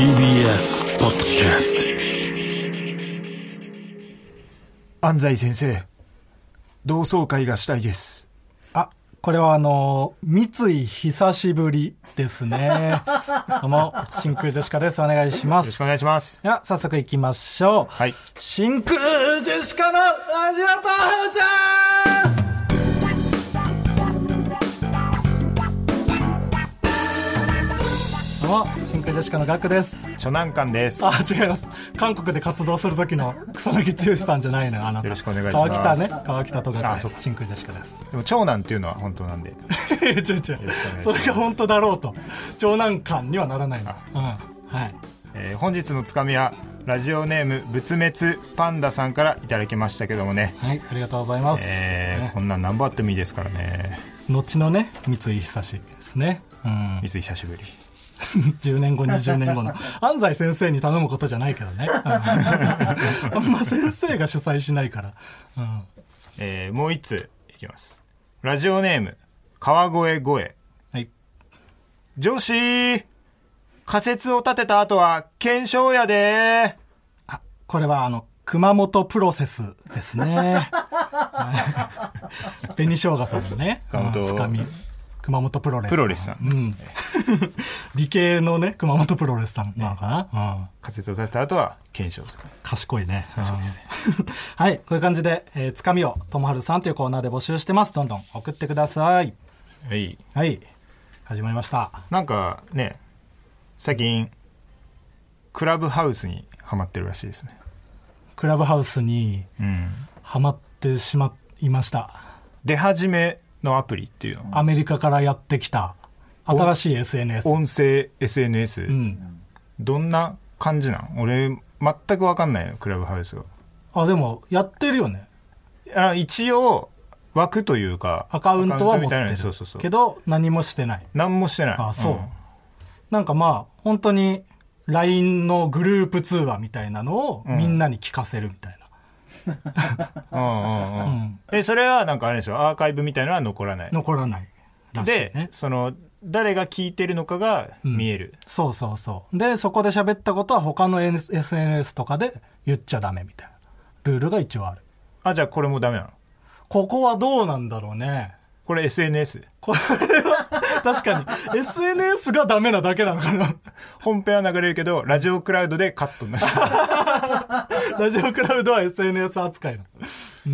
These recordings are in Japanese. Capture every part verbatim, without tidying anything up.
ティービーエス ポッドキャスト。安西先生、同窓会がしたいです。 あ、これはあの三井久しぶりですね。どうも真空ジェシカです。お願いします。 よろしくお願いします。 では早速いきましょう。 はい。 真空ジェシカのラジオトーちゃん。どうも真空ジェシカのガクです。 初南館です。 あ、違います。韓国で活動する時の草薙剛さんじゃないのよ。あなた。 よろしくお願いします。 川北ね、川北とガクで真空ジェシカです。 でも長男っていうのは本当なんで。 違う違う、それが本当だろうと長男館にはならないの。うん、はい。 えー、本日のつかみはラジオネーム仏滅パンダさんからいただきましたけどもね。 はい、ありがとうございます。 えーね、こんなん何本あってもいいですからね。 後のね三井久しですね。うん、 三井久しぶり。 じゅうねんごにじゅうねんごの安西先生に頼むことじゃないけどね。あんま先生が主催しないから。うん、 えー、もう一ついきます。ラジオネーム川越声。 はい。 女子仮説を立てた後は検証やで。 あ、これはあの熊本プロセスですね。紅しょうがさんのね、つかみ熊本プロレスプロレスさん、 うん、理系のね熊本プロレスさんなのかな、うん、 仮説を立てた後は検証する。 賢いね。 賢いですね。 はい、こういう感じで、えー、つかみをともはるさんというコーナーで募集してます。どんどん送ってください。 はい、 はい、始まりました。 なんかね、最近クラブハウスにハマってるらしいですね。 クラブハウスにハマってしまいました。 出始めのアプリっていうの、 アメリカからやってきた新しい エスエヌエス、 音声 エスエヌエス、うん、どんな感じなん？俺全く分かんないの、クラブハウスが。 あ、でもやってるよね。 あ、一応枠というかアカウントは持ってる。 そうそうそう、 けど何もしてない。 何もしてない。 あ、そう、うん、なんかまあ本当に ライン のグループ通話みたいなのをみんなに聞かせるみたいな。 うんうんうんうん、え、それはなんかあれでしょ、アーカイブみたいなのは残らない。 残らないらしいね。 で、その誰が聞いてるのかが見える、うん、 そうそうそう。でそこで喋ったことは他の エスエヌエス とかで言っちゃダメみたいなルールが一応ある。 あ、じゃあこれもダメなの？ ここはどうなんだろうね。 これ エスエヌエス？ これは確かに エスエヌエス がダメなだけなのかな。 本編は流れるけどラジオクラウドでカットになっちゃう。ラジオクラウドは エスエヌエス 扱いの、うん、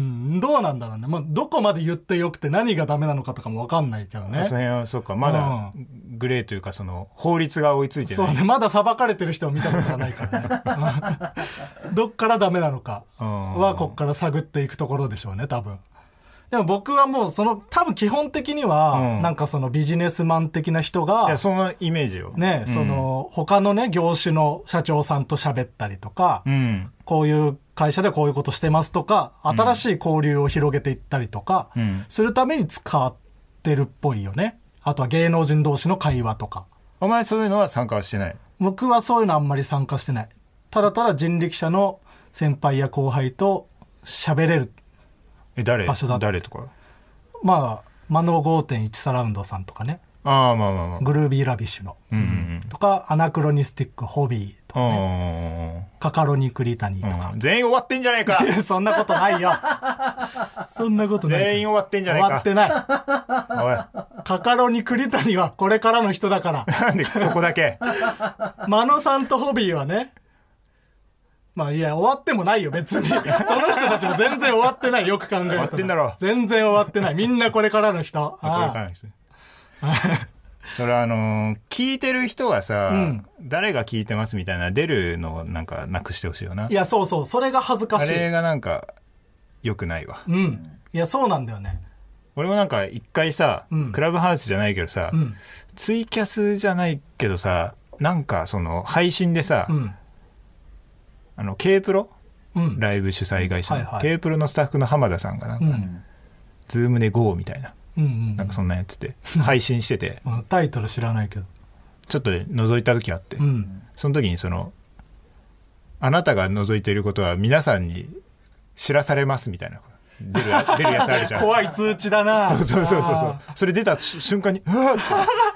どうなんだろうね。まあ、どこまで言ってよくて何がダメなのかとかも分かんないけどね。 その辺はそうか、まだグレーというかその法律が追いついてない。 そうね、まだ裁かれてる人を見たことがないからね。どっからダメなのかはこっから探っていくところでしょうね、多分。でも僕はもうその多分基本的には、うん、なんかそのビジネスマン的な人が、 いやそのイメージよね、うん、その他のね業種の社長さんと喋ったりとか、うん、こういう会社でこういうことしてますとか、新しい交流を広げていったりとか、うん、するために使ってるっぽいよね。あとは芸能人同士の会話とか。 お前そういうのは参加はしてない？ 僕はそういうのあんまり参加してない。ただただ人力車の先輩や後輩と喋れるえ、誰場所だ。 誰とか？ まあマノ ごてんいち サラウンドさんとかね。 ああ、まあまあまあ。 グルービーラビッシュの、うんうんうん、とかアナクロニスティックホビーとかね、カカロニクリタニーとか、 うん、全員終わってんじゃねえか。 そんなことないよ。そんなことない。 全員終わってんじゃねえか。 終わってない。おい、カカロニクリタニーはこれからの人だから。 なんでそこだけ。 マノさんとホビーはね、まあいや終わってもないよ別に。その人たちも全然終わってない。よく考えると。 終わってんだろ。 全然終わってない。みんなこれからの人。 ああ、これからの人。それはあのー、聞いてる人はさ、うん、誰が聞いてますみたいな出るのをなんかなくしてほしいよな。 いやそうそう、それが恥ずかしい。 あれがなんか良くないわ。 うん。いやそうなんだよね。 俺もなんか一回さ、うん、クラブハウスじゃないけどさ、うん、ツイキャスじゃないけどさ、なんかその配信でさ、うん、あの K プロ、うん、ライブ主催会社の、はいはい、K プロのスタッフの浜田さんがなんか、うん、ズームで ゴー みたいな、うんうんうん、なんかそんなんやってて配信しててタイトル知らないけどちょっとで覗いた時あって、うん、その時にそのあなたが覗いていることは皆さんに知らされますみたいな出る、出るやつあるじゃん。 怖い通知だな。 そうそうそうそう。それ出た瞬間にうわっ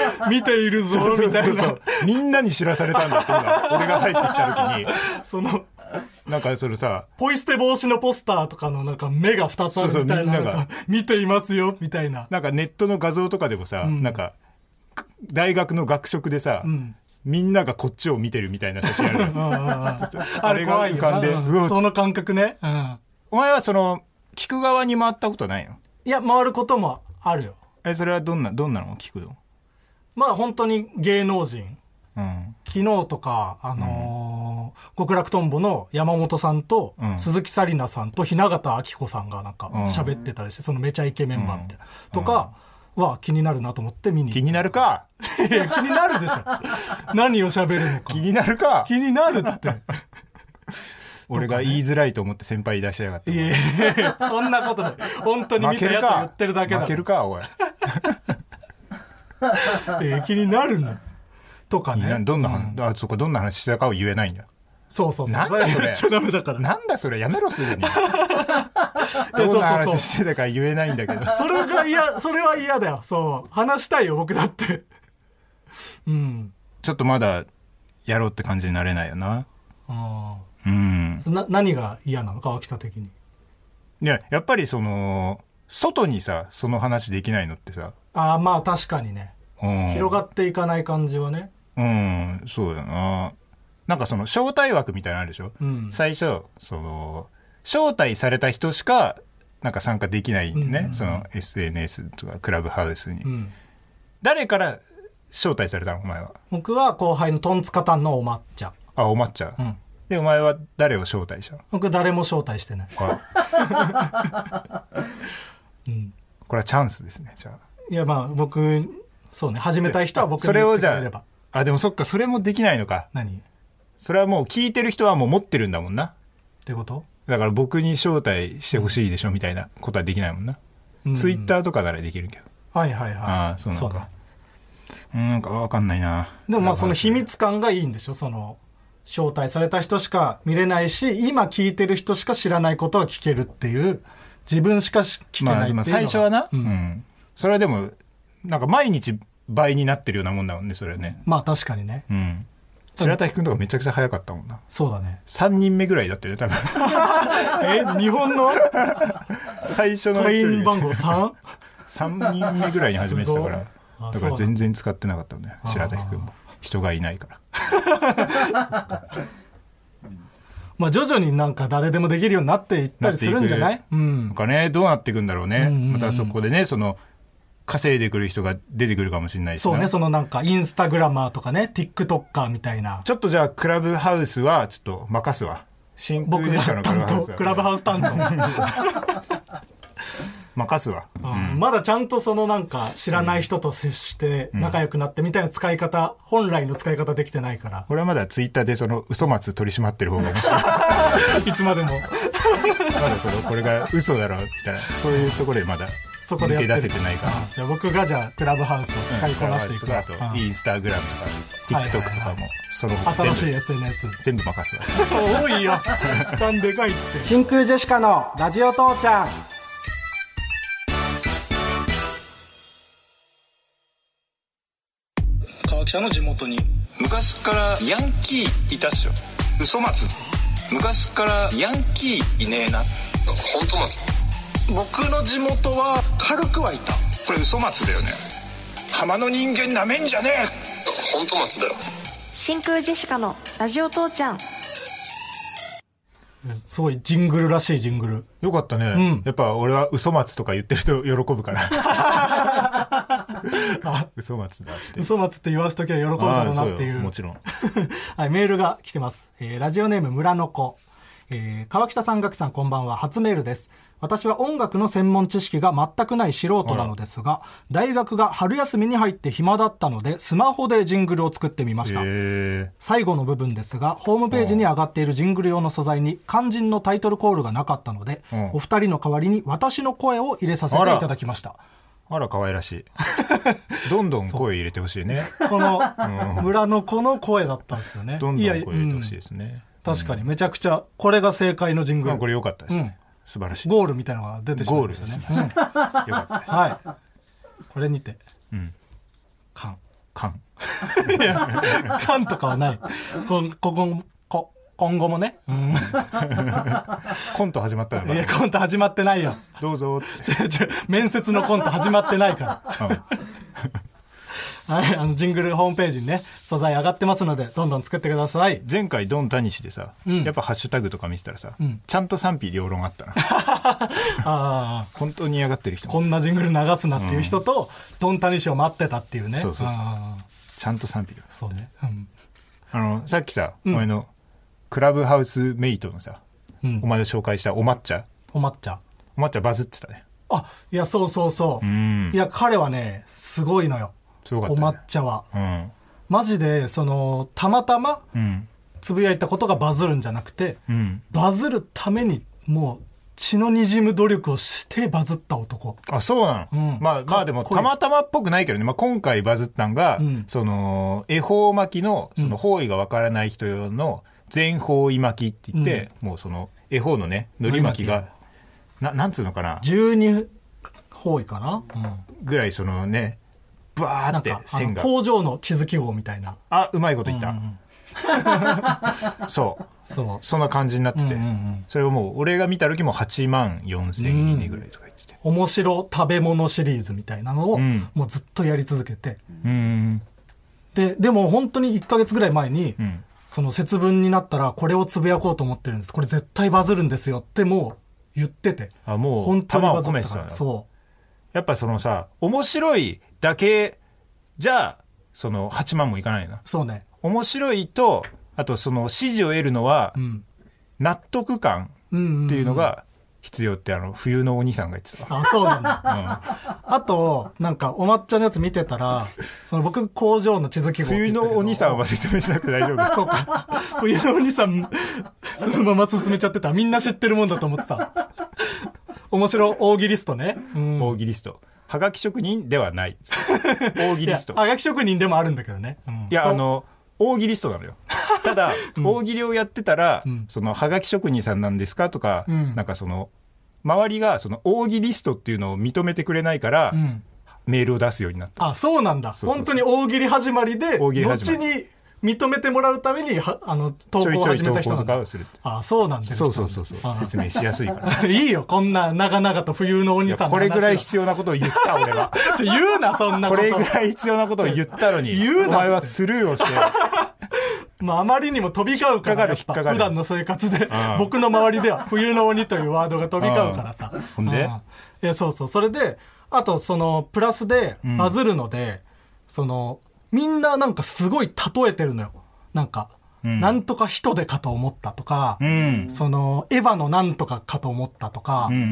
見ているぞみたいな。 みんなに知らされたんだって今俺が入ってきた時にそのなんかそのさポイ捨て防止のポスターとかのなんか目がふたつあるみたいな、 そうそうみんながなんか見ていますよみたいな。 なんかネットの画像とかでもさ、うん、なんか大学の学食でさ、うん、みんながこっちを見てるみたいな写真あるあれが浮かんで、 うん、その感覚ね、うん、 お前はその聞く側に回ったことないの？ いや回ることもあるよ。 えそれはどんなどんなのを聞くの？ まあ本当に芸能人、 うん、 昨日とかあのーうん、極楽とんぼの山本さんと、うん、鈴木紗理奈さんと雛形あきこさんがなんか喋ってたりして、うん、そのめちゃイケメンバーみたいな、うん、とかは気になるなと思って見に行って。 気になるかいや気になるでしょ何を喋るのか。 気になるか気になるって俺が言いづらいと思って先輩出しやがって。 いやいやそんなことない本当に見たやつ言ってるだけだ。 負けるかおいえー、気になるのとかね。 どんな話、うん、あそこどんな話してたかを言えないんだ。 そうそうそう。 なんだそれ。 言っちゃダメだから。 なんだそれやめろすぐに。どんな話してたか言えないんだけど。 それが嫌、それは嫌だよ。そう話したいよ僕だって。うん。 ちょっとまだやろうって感じになれないよな。 あうん。 な何が嫌なの川北的に。 いややっぱりその外にさその話できないのってさ。 ああまあ確かにね、うん、広がっていかない感じはね。 うんそうだな。なんかその招待枠みたいなのあるでしょ、うん、最初その招待された人しかなんか参加できないね、うんうんうん、その エスエヌエス とかクラブハウスに、うん、誰から招待されたのお前は？僕は後輩のトンツカタンのお抹茶。 あお抹茶、うん、でお前は誰を招待したの？ 僕誰も招待してない、 うん、これはチャンスですね。じゃあいやまあ僕そうね始めたい人は僕に言ってくれれば。 あでもそっかそれもできないのか。 何？ それはもう聞いてる人はもう持ってるんだもんな。 ってこと？ だから僕に招待してほしいでしょみたいなことはできないもんな、うん、ツイッターとかならできるけど。 はいはいはい。 ああそうなのか。うん、なんか分かんないな。 でもまあその秘密感がいいんでしょ。その招待された人しか見れないし今聞いてる人しか知らないことを聞けるっていう自分しか聞けないっていうのが、まあ、 最初はな、うんうん、それはでもなんか毎日倍になってるようなもんだもんねそれはね。 まあ確かにね、 うん、白滝くんとかめちゃくちゃ早かったもんな。 そうだね。 さんにんめぐらいだったよね多分え日本の最初の会員番号 さん? さんにんめぐらいに始めてたからだから全然使ってなかったもんね白滝くんも人がいないからまあ徐々になんか誰でもできるようになっていったりするんじゃない？うん、 なんかねどうなっていくんだろうね、うんうんうん、またそこでねその稼いでくる人が出てくるかもしれないし。 そうねそのなんかインスタグラマーとかね TikToker みたいな。 ちょっとじゃあクラブハウスはちょっと任すわ。真空ジェシカのクラブハウスはクラブハウス担当任すわ、 うんうん、まだちゃんとそのなんか知らない人と接して仲良くなってみたいな使い方、うん、本来の使い方できてないから。 俺はまだツイッターでその嘘松取り締まってる方が面白いいつまでもまだそのこれが嘘だろみたいなそういうところでまだそこで抜け出せてないから。 じゃあ僕がじゃあクラブハウスを使いこなしていく、うん、 あとインスタグラムとか TikTok とかも、はいはいはい、その新しい エスエヌエス全部任すわ多いよ負担でかいって。 真空ジェシカのラジオ父ちゃん。 川北の地元に昔からヤンキーいたっしょ。嘘松昔からヤンキーいねえな。 本当松僕の地元は軽くはいた。 これ嘘松だよね。浜の人間なめんじゃねえ。 本当松だよ。 真空ジェシカのラジオ父ちゃん。 すごいジングルらしいジングルよかったね、うん、やっぱ俺は嘘松とか言ってると喜ぶからあ嘘松だって嘘松って言わすときは喜ぶだろうなっていう。 もちろんはい、メールが来てます、えー、ラジオネーム村の子、えー、川北さん岳さんこんばんは。初メールです。私は音楽の専門知識が全くない素人なのですが、大学が春休みに入って暇だったのでスマホでジングルを作ってみました。最後の部分ですがホームページに上がっているジングル用の素材に肝心のタイトルコールがなかったので、お二人の代わりに私の声を入れさせていただきました。 あら可愛らしいどんどん声入れてほしいねこの村の子の声だったんですよね。 どんどん声入れてほしいですね。 確かにめちゃくちゃこれが正解のジングル。 これ良かったです、うん素晴らしい。 ゴールみたいなのが出てしまいましたね。 ゴールですね、うん、よかったです。 はい。これにて、 うん、 完缶。 いや、缶とかはない。こ、ここ、こ、今後もね。うん、 コント始まったのか。 いや、コント始まってないよ。 どうぞ。 ちょちょ面接のコント始まってないから。うんはい、あのジングルホームページにね素材上がってますのでどんどん作ってください。 前回ドンタニシでさ、うん、やっぱハッシュタグとか見てたらさ、うん、ちゃんと賛否両論あったな。あ本当に嫌がってる人こんなジングル流すなっていう人と、うん、ドンタニシを待ってたっていうね。 そうそうそうちゃんと賛否両論。 そうね、うん、 あのさっきさ、うん、お前のクラブハウスメイトのさ、うん、お前を紹介したお抹茶お抹茶お抹茶バズってたね。 あいやそうそうそう、うん、いや彼はねすごいのよ。すごかったね、お抹茶は、うん、マジでそのたまたまつぶやいたことがバズるんじゃなくて、うん、バズるためにもう血の滲む努力をしてバズった男。 あそうなの、うん、まあまあでもたまたまっぽくないけどね、まあ、今回バズったんが、うん、その恵方巻きのその方位がわからない人用の全方位巻きって言って、うん、もうその恵方のね海苔巻きがななんつうのかなじゅうに方位かな、 うん、ぐらいそのねバーって線が工場の地図記号みたいな。 あうまいこと言った、うんうん、そうそうそんな感じになってて、うんうんうん、それをもう俺が見た時もはちまんよんせんいいねぐらいとか言ってて、 面白食べ物シリーズみたいなのをもうずっとやり続けて、うん、で, でも本当にいっかげつぐらい前に、うん、その節分になったらこれをつぶやこうと思ってるんです、これ絶対バズるんですよってもう言ってて、 あもう本当にバズったから。そうやっぱそのさ面白いだけじゃあそのはちまんもいかないな。 そうね。 面白いとあとその支持を得るのは、うん、納得感っていうのが必要ってあの冬のお兄さんが言ってた。 あそうなんだ、うん、あとなんかお抹茶のやつ見てたらその僕工場の地図記号冬のお兄さんは説明しなくて大丈夫。 そうか冬のお兄さんそのまま進めちゃってた。みんな知ってるもんだと思ってた。面白大喜利ストね、 うん、大喜利ストはがき職人ではない大喜利スト。 はがき職人でもあるんだけどね、 うん、いやあの大喜利ストなのよ。ただ、うん、大喜利をやってたら、うん、そのはがき職人さんなんですかとか、うん、なんかその周りがその大喜利ストっていうのを認めてくれないから、うん、メールを出すようになった。 あそうなんだ。そうそうそう本当に大喜利始まりで後に認めてもらうためにはあの投稿を始めた人なんだ。ちょいちょい投稿とかをするって。あそうなんだ、ね、 そうそうそうそう説明しやすいからいいよこんな長々と冬のお兄さんの話。 これぐらい必要なことを言った俺は。 ちょ言うなそんなこと。 これぐらい必要なことを言ったのに言うなお前はスルーをしてまあ、あまりにも飛び交うからやっぱ普段の生活で僕の周りでは冬の鬼というワードが飛び交うからさ。 ほんでいやそうそうそれであとそのプラスでバズるので、うん、そのみんななんかすごい例えてるのよ。なんか、うん、なんとか人でかと思ったとか、うん、そのエヴァのなんとかかと思ったとか、うんうんうん、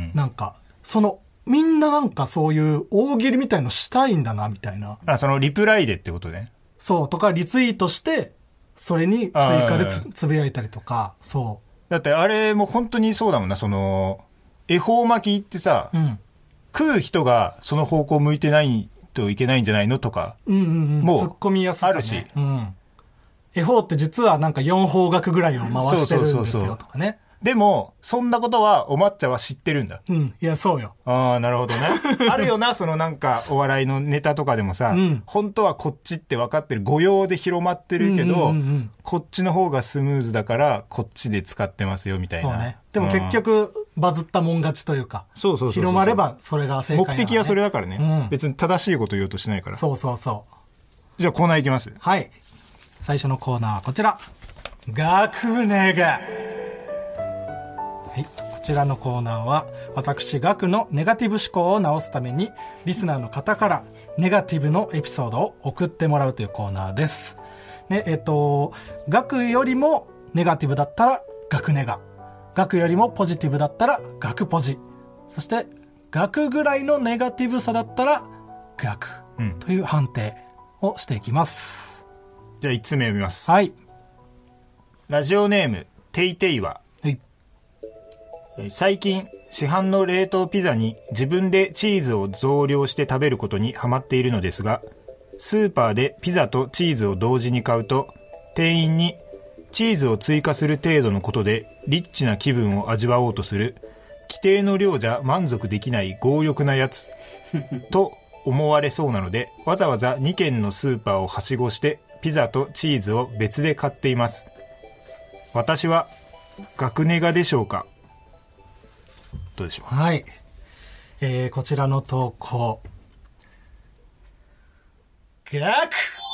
なんかそのみんななんかそういう大喜利みたいのしたいんだなみたいな。 あそのリプライでってことね。 そうとかリツイートしてそれに追加で つ, つぶやいたりとか。そうだってあれも本当にそうだもんな。その恵方巻きってさ、うん、食う人がその方向向いてないといけないんじゃないのとか、うんうんうん、もう突っ込みやすさ、ね、 あるし、 うん恵方って実はなんかよん方角ぐらいを回してるんですよとかね。そうそうそうそうでもそんなことはお抹茶は知ってるんだ。 うんいやそうよ。 ああなるほどね。あるよなそのなんかお笑いのネタとかでもさ、うん、本当はこっちって分かってる誤用で広まってるけど、うんうんうんうん、こっちの方がスムーズだからこっちで使ってますよみたいな。そうね。 でも結局バズったもん勝ちというか、そうそうそうそう広まればそれが正解なの、ね、 目的はそれだからね、うん、別に正しいこと言おうとしないから。 そうそうそう。 じゃあコーナーいきます。 はい。最初のコーナーはこちら学ネガ。はい、こちらのコーナーは私学のネガティブ思考を直すためにリスナーの方からネガティブのエピソードを送ってもらうというコーナーです、ねえっと、学よりもネガティブだったら学ネガ、学よりもポジティブだったら学ポジ、そして学ぐらいのネガティブさだったら学という判定をしていきます、うんじゃあいつつめ読みます。 はい。 ラジオネームテイテイは、はい、最近市販の冷凍ピザに自分でチーズを増量して食べることにハマっているのですが、スーパーでピザとチーズを同時に買うと店員にチーズを追加する程度のことでリッチな気分を味わおうとする規定の量じゃ満足できない強欲なやつと思われそうなので、わざわざにけんのスーパーをはしごしてピザとチーズを別で買っています。私は学ネガでしょうか。どうでしょう。 はい、えー、こちらの投稿、逆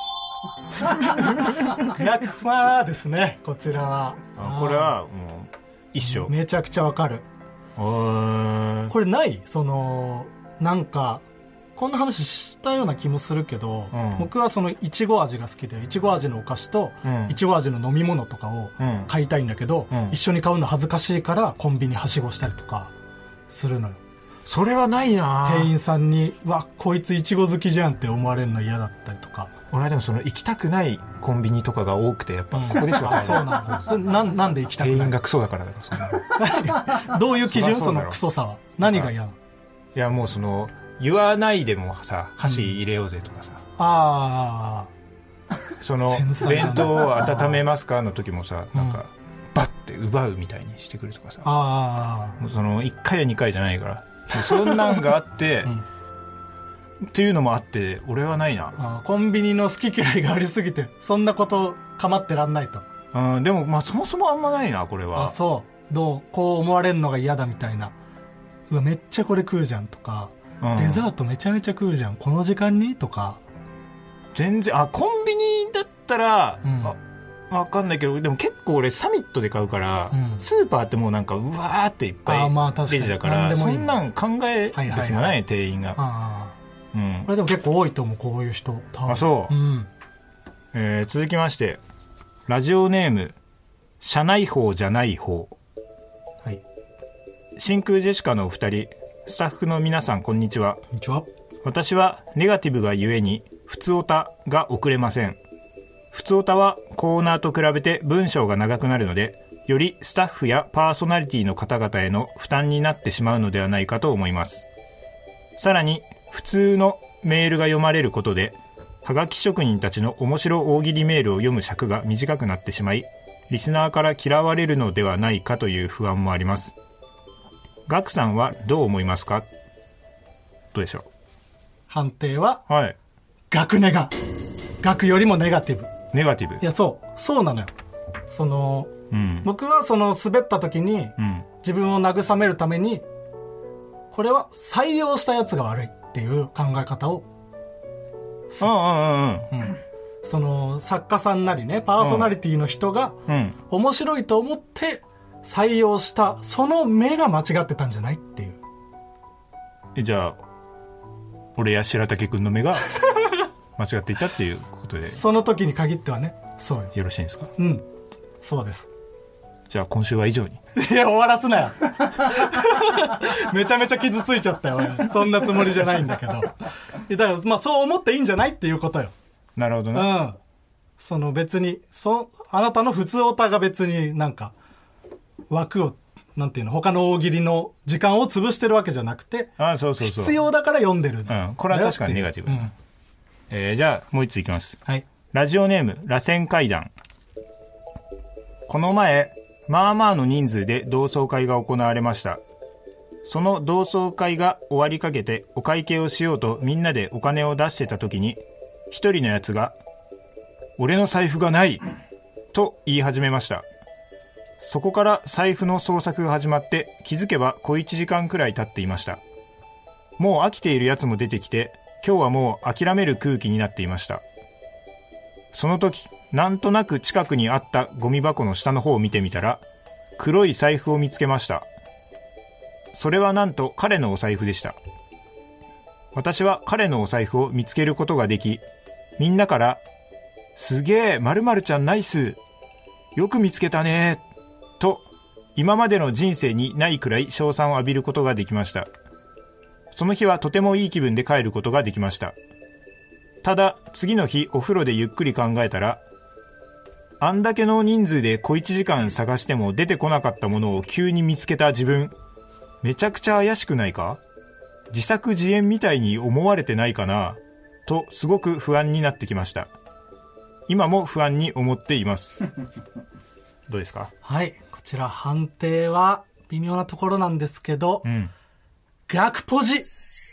逆ファーですね、こちらは。 あ、これはもう一緒。 めちゃくちゃわかる。これないそのなんかこんな話したような気もするけど、うん、僕はそのいちご味が好きで、いちご味のお菓子といちご味の飲み物とかを買いたいんだけど、うん、一緒に買うの恥ずかしいからコンビニはしごしたりとかするのよ。 それはないな。 店員さんにうわこいついちご好きじゃんって思われるの嫌だったりとか。 俺はでもその行きたくないコンビニとかが多くて、やっぱここでしょ、うん、 あ、そうなんだ。それななんで行きたくない。 店員がクソだからだろ。そんなどういう基準？そのクソさは何が嫌なの？ いやもうその言わないでもさ、箸入れようぜとかさ、うん、 ああその弁当を温めますかの時もさ、なんかバッて奪うみたいにしてくるとかさ、 あもうそのいっかいやにかいじゃないから、そんなんがあって、うん、っていうのもあって俺はないな。 あ、コンビニの好き嫌いがありすぎてそんなこと構ってらんないと。 うん、でもまあそもそもあんまないなこれは。 あ、そう。どうこう思われるのが嫌だみたいな。うわめっちゃこれ食うじゃんとか、うん、デザートめちゃめちゃ食うじゃんこの時間にとか。 全然、あ、コンビニだったら、うん、あ、分かんないけど、でも結構俺サミットで買うから、うん、スーパーってもうなんかうわーっていっぱいレジだから、まあ、そんなん考える暇ない、はいはいはい、店員が。あ、 うん、これでも結構多いと思う、こういう人多分。 あ、そう、うん、えー、続きましてラジオネーム社内法じゃない方。はい。真空ジェシカのお二人、スタッフの皆さん、こんにちは。 こんにちは。 私はネガティブがゆえにふつおたが送れません。ふつおたはコーナーと比べて文章が長くなるので、よりスタッフやパーソナリティの方々への負担になってしまうのではないかと思います。さらに普通のメールが読まれることで、はがき職人たちの面白大喜利メールを読む尺が短くなってしまい、リスナーから嫌われるのではないかという不安もあります。ガクさんはどう思いますか？どうでしょう。 判定は、 はい、 ガクネガ。ガクよりもネガティブ。 ネガティブ。 いや、そうそうなのよ。その、うん、僕はその滑った時に、うん、自分を慰めるために、これは採用したやつが悪いっていう考え方を、 うんうんうんうん、 その作家さんなりね、パーソナリティの人が、うん、面白いと思って採用したその目が間違ってたんじゃないっていう。 え、じゃあ俺や白竹くんの目が間違っていたっていうことでその時に限ってはね。そうよ。 よろしいんですか？ うん、そうです。 じゃあ今週は以上に。 いや、終わらすなよ。めちゃめちゃ傷ついちゃったよ俺。そんなつもりじゃないんだけど。だからまあそう思っていいんじゃないっていうことよ。 なるほどね。 うん。その別にそあなたの普通オタが別になんか枠をなんていうの、他の大喜利の時間を潰してるわけじゃなくて、 あ、そうそうそう、 必要だから読んでる。 うん、これは確かにネガティブ。うん、えー、じゃあもう一ついきます。 はい。 ラジオネーム螺旋階段。この前まあまあの人数で同窓会が行われました。その同窓会が終わりかけてお会計をしようとみんなでお金を出してた時に、一人のやつが俺の財布がないと言い始めました。そこから財布の捜索が始まって、気づけば小いちじかんくらい経っていました。もう飽きているやつも出てきて、今日はもう諦める空気になっていました。その時なんとなく近くにあったゴミ箱の下の方を見てみたら、黒い財布を見つけました。それはなんと彼のお財布でした。私は彼のお財布を見つけることができ、みんなからすげえ〇〇ちゃんナイス、よく見つけたねと今までの人生にないくらい称賛を浴びることができました。その日はとてもいい気分で帰ることができました。ただ次の日お風呂でゆっくり考えたら、あんだけの人数で小いちじかん探しても出てこなかったものを急に見つけた自分、めちゃくちゃ怪しくないか？自作自演みたいに思われてないかなとすごく不安になってきました。今も不安に思っています。どうですか？ はい、こちら判定は微妙なところなんですけど、うん、逆ポジ。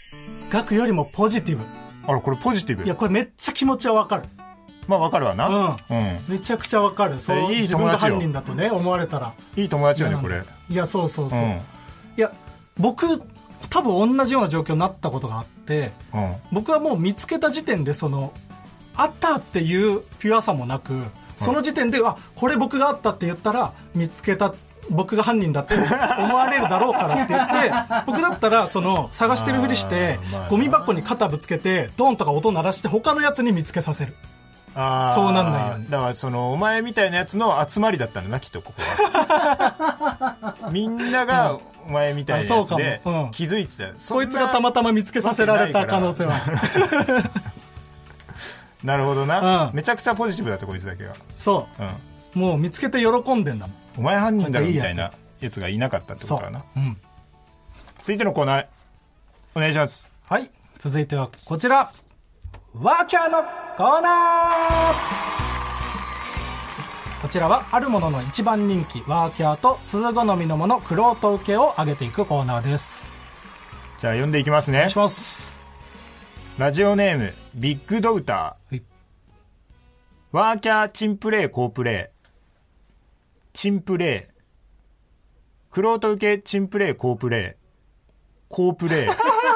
額よりもポジティブ。 あら、これポジティブ。 いや、これめっちゃ気持ちはわかる。 まあわかるわな。 うん。 うん。 めちゃくちゃわかる。そう、 いい自分が友達よ犯人だとね、思われたら。 いい友達よね、これ。 いや、そうそうそう。 うん、 いや、僕、多分同じような状況になったことがあって、うん、僕はもう見つけた時点で、その、あったっていうピュアさもなく、その時点で、うん、あ、これ僕があったって言ったら、見つけた、僕が犯人だって思われるだろうからって言って僕だったらその探してるふりしてゴミ箱に肩ぶつけてドンとか音鳴らして他のやつに見つけさせる。あ、そうなんだよね。 だからそのお前みたいなやつの集まりだったんだな、きっとここはみんながお前みたいなやつで気づいてた、うん、 こいつがたまたま見つけさせられた可能性はなるほどな、 うん、 めちゃくちゃポジティブだったこいつだけが。 そう、うん、もう見つけて喜んでんだもん。 お前犯人だろみたいなやつがいなかったってことだな。うん、続いてのコーナーお願いします。 はい、続いてはこちら、ワーキャーのコーナー。こちらはあるものの一番人気ワーキャーと通好みのもの玄人受けを上げていくコーナーです。 じゃあ読んでいきますね。 お願いします。 ラジオネームビッグドウター、はい、ワーキャーチンプレイコープレイチンプレイ玄人受けチンプレイコープレイコープレイ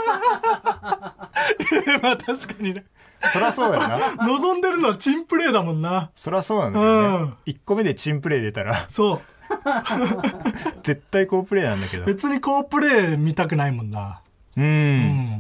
まあ確かにね、 そりゃそうやな望んでるのはチンプレイだもんな。 そりゃそうなんだよね、うん、いっこめでチンプレイ出たらそう絶対コープレイなんだけど、 別にコープレイ見たくないもんな。うん、うん、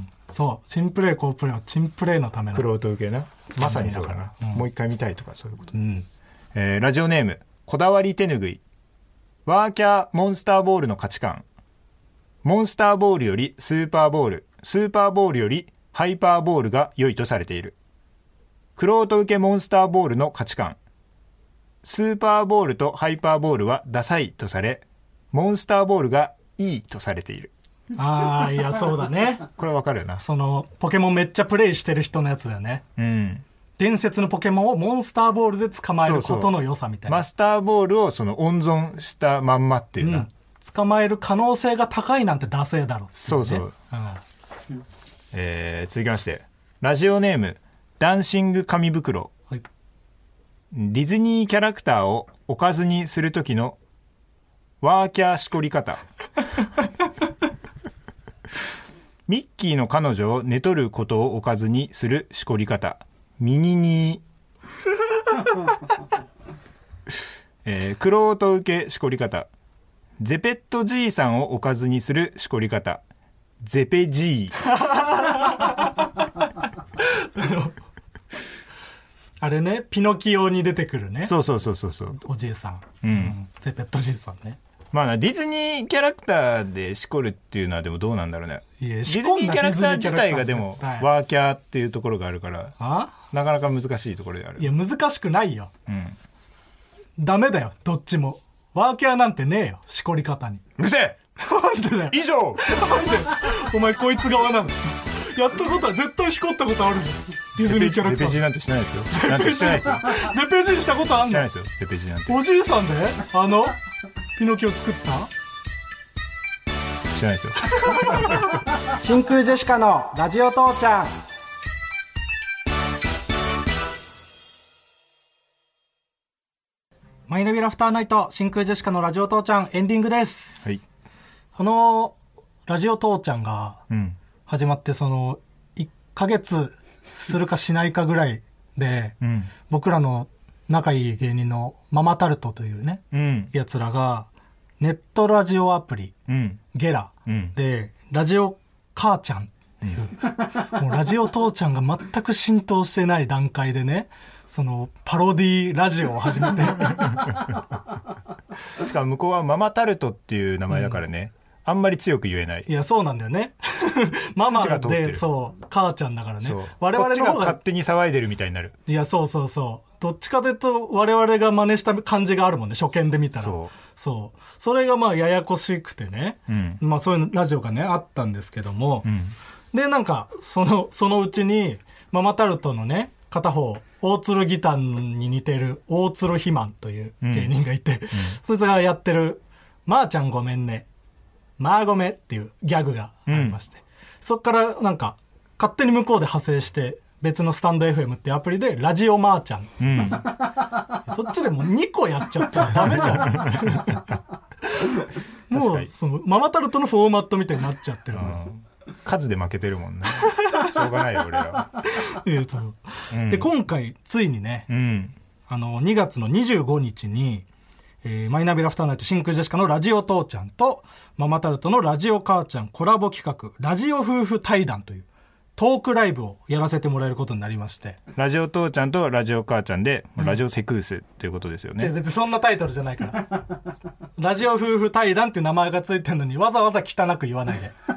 そうチンプレイコープレイはチンプレイのための玄人受けな、まさにそうだな、うん、もう一回見たいとかそういうこと、うん、えー、ラジオネームこだわり手ぬぐい、ワーキャーモンスターボールの価値観、モンスターボールよりスーパーボール、スーパーボールよりハイパーボールが良いとされている。玄人受けモンスターボールの価値観、スーパーボールとハイパーボールはダサいとされ、モンスターボールがいいとされている。 ああ、いやそうだねこれわかるよな。 そのポケモンめっちゃプレイしてる人のやつだよね。うん、伝説のポケモンをモンスターボールで捕まえることの良さみたいな。 そうそう、マスターボールをその温存したまんまっていうな、うん、 捕まえる可能性が高いなんてダセーだろう、ね、 そうそう、うん、えー、続きましてラジオネームダンシング紙袋、はい、ディズニーキャラクターをおかずにする時のワーキャーしこり方ミッキーの彼女を寝取ることをおかずにするしこり方、ミニニーえー、玄人受けしこり方、ゼペットじいさんをおかずにするしこり方、ゼペじいあれね、ピノキオに出てくるね。 そうそうそうそうそう、 おじいさん、 うんうん、 ゼペットじいさんね。 まあディズニーキャラクターでしこるっていうのはでもどうなんだろうね。いやディズニーキャラクター自体がでもワーキャーっていうところがあるから、あなかなか難しいところである。 いや難しくないよ、うん、ダメだよどっちも。ワーキャーなんてねえよ、しこり方に。 うるせえなんでだよ以上なんでお前こいつ側なんだ。やったことは絶対しこったことあるんだよ、ディズニーキャラクター。 ゼペジーなんてしてないですよ。なんてしてないですよ。 ゼペジーしたことあんの？ してないですよ、ゼペジーなんて。 おじいさんであのピノキオ作った？ してないですよ。 真空ジェシカのラジオ父ちゃん。 マイナビラフターナイト真空ジェシカのラジオ父ちゃんエンディングです、 はい、 このラジオ父ちゃんが始まってそのいっかげつするかしないかぐらいで、うん、僕らの仲いい芸人のママタルトというね、うん、やつらがネットラジオアプリ、うん、ゲラでラジオ母ちゃんっていう、うん、もうラジオ父ちゃんが全く浸透してない段階でね、そのパロディラジオを始めてしかも向こうはママタルトっていう名前だからね、うん、あんまり強く言えない。 いやそうなんだよねママでそう母ちゃんだからね、 我々の方がこっちが勝手に騒いでるみたいになる。 いやそうそうそう、どっちかというと我々が真似した感じがあるもんね、初見で見たら。そうそう、それがまあややこしくてね、うん、まあそういうラジオがねあったんですけども、うん、でなんかそのそのうちにママタルトのね片方大鶴ギターに似てる大鶴ひまんという芸人がいて、うんうん、そいつがやってるまーちゃんごめんねまーごめっていうギャグがありまして、 そっからなんか勝手に向こうで派生して別のスタンド エフエム っていうアプリでラジオマーちゃん、うん、そっちでもうにこやっちゃったらダメじゃんもうそのママタルトのフォーマットみたいになっちゃってる、うん、 数で負けてるもんねしょうがないよ俺らえそう、うん、で今回ついにね、うん、あのにがつのにじゅうごにちに、えー、マイナビラフターナイト真空ジェシカのラジオ父ちゃんとママタルトのラジオ母ちゃんコラボ企画ラジオ夫婦対談というトークライブをやらせてもらえることになりまして、 ラジオ父ちゃんとラジオ母ちゃんで、うん、ラジオセクースっていうことですよね。 別にそんなタイトルじゃないからラジオ夫婦対談っていう名前がついてるのにわざわざ汚く言わないで、うん、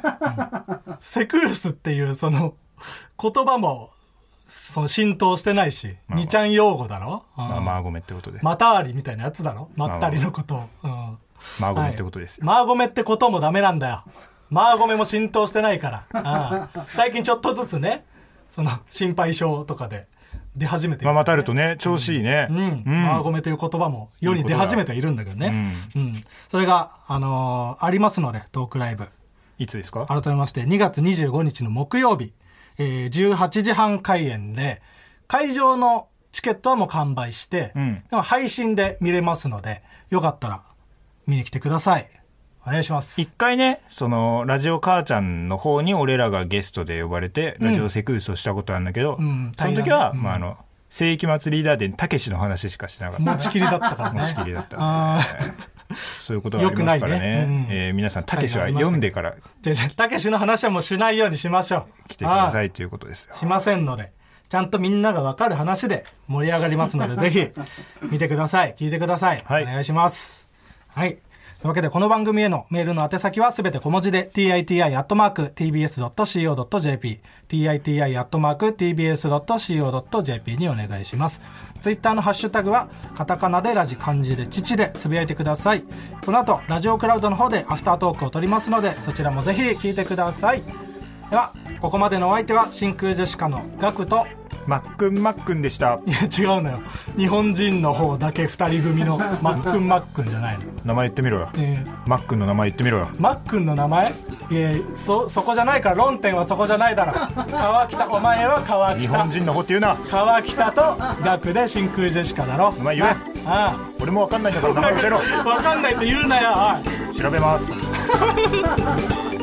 セクースっていうその言葉もその浸透してないし、まあまあ、にちゃん用語だろ、うん、 まあまあごめってことでまたありみたいなやつだろ、まったりのことを、うん、 まあごめってことですよ、 はい、まあごめってこともダメなんだよ。まあごめも浸透してないからああ最近ちょっとずつねその心配性とかで出始めている、ね、 ママタルトね調子いいね、 うんうんうん、まあごめという言葉も世に出始めているんだけどね、うんうん、それが、あのー、ありますのでトークライブいつですか。 改めましてにがつにじゅうごにちの木曜日、えー、じゅうはちじはん開演で会場のチケットはもう完売して、うん、でも配信で見れますのでよかったら見に来てください。お願いします。 一回ね、そのラジオ母ちゃんの方に俺らがゲストで呼ばれて、うん、ラジオセクースをしたことあるんだけど、うん、その時は、うん、まああの世紀末リーダーでたけしの話しかしなかった。 持ちきりだったからね。 持ちきりだった、ね。そういうことがありますからね。ね、うんえー、皆さんたけしは読んでから。 たけしの話はもうしないようにしましょう。 来てくださいということですよ。 しませんので。ちゃんとみんなが分かる話で盛り上がりますのでぜひ見てください聞いてください、はい、お願いします。はいというわけでこの番組へのメールの宛先はすべて小文字で ティーアイティーアイ アットマーク ティービーエス ドット シーオー ドット ジェーピー ティーアイティーアイ アットマーク ティービーエス ドット シーオー ドット ジェーピー にお願いします。ツイッターのハッシュタグはカタカナでラジ漢字で父でつぶやいてください。この後ラジオクラウドの方でアフタートークを取りますのでそちらもぜひ聞いてください。ではここまでのお相手は真空ジェシカのガクとマックンマックンでした。 いや違うのよ日本人の方だけふたり組のマックンマックンじゃないの。 名前言ってみろよ、えー、マックンの名前言ってみろよ。 マックンの名前いや そ, そこじゃないから論点はそこじゃないだろ川北お前は川北日本人の方って言うな。 川北とガクで真空ジェシカだろ。 名前言え。ああ俺も分かんないんだから名前教えろ。 分かんないって言うなよ。 調べます